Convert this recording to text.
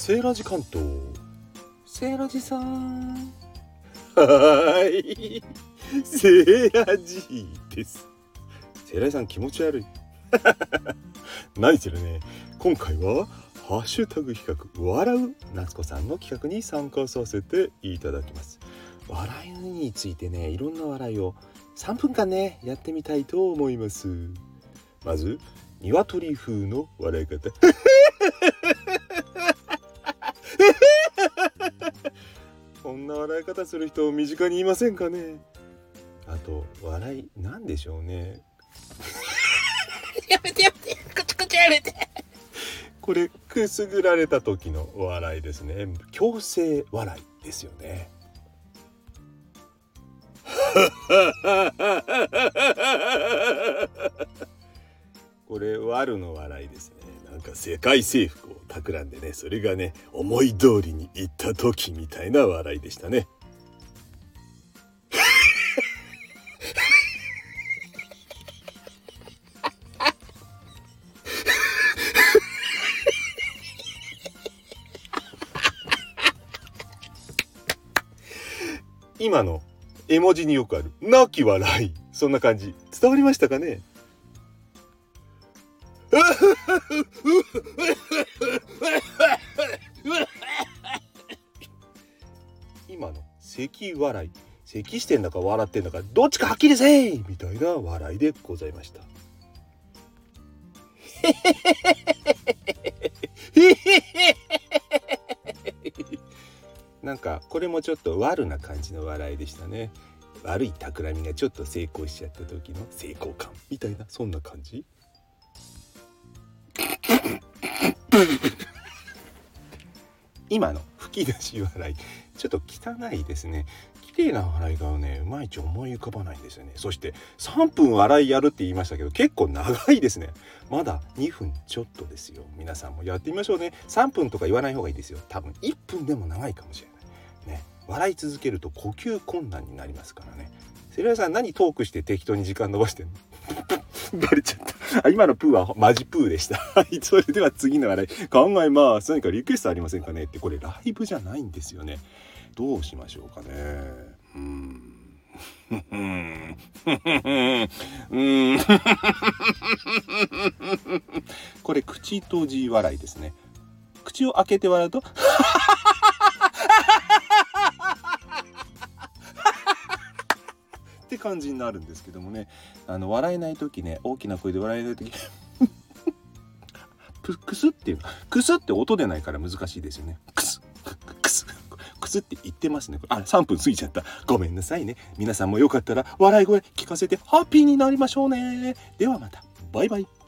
セーラジ関東。セーラジさん。はーい。セーラジです。セーラジさん気持ち悪い。何するね。今回はハッシュタグ企画笑う夏子さんの企画に参加させていただきます。笑いについてね、いろんな笑いを3分間ねやってみたいと思います。まず鶏風の笑い方。こんな笑い方する人身近にいませんかね。あと笑いなんでしょうね。 やめてこちこちやめて。 これくすぐられた時の笑いですね。強制笑いですよね。これ悪の笑いですね。なんか世界征服を企んでね、それがね思い通りにいった時みたいな笑いでしたね。今の絵文字によくある泣き笑い、そんな感じ伝わりましたかね。今の咳笑い、咳してんだか笑ってんだかどっちかはっきりせいみたいな笑いでございました。なんかこれもちょっと悪な感じの笑いでしたね。悪い企みがちょっと成功しちゃった時の成功感みたいな、そんな感じ。今の吹き出し笑いちょっと汚いですね。綺麗な笑いがねいまいち思い浮かばないんですよね。そして3分笑いやるって言いましたけど結構長いですね。まだ2分ちょっとですよ。皆さんもやってみましょうね。3分とか言わない方がいいですよ。多分1分でも長いかもしれないね。笑い続けると呼吸困難になりますからね。セリアさん何トークして適当に時間伸ばしてんの。バレちゃった。今のプーはマジプーでした。それでは次の笑い考えます。何かリクエストありませんかねって。これライブじゃないんですよね。どうしましょうかね。これ口閉じ笑いですね。口を開けて笑うとって感じになるんですけどもね。笑えない時ね、大きな声で笑えない時クスっていうクスって音でないから難しいですよね。クスクスクスって言ってますね。3分過ぎちゃった。ごめんなさいね。皆さんもよかったら笑い声聞かせてハッピーになりましょうね。ではまた。バイバイ。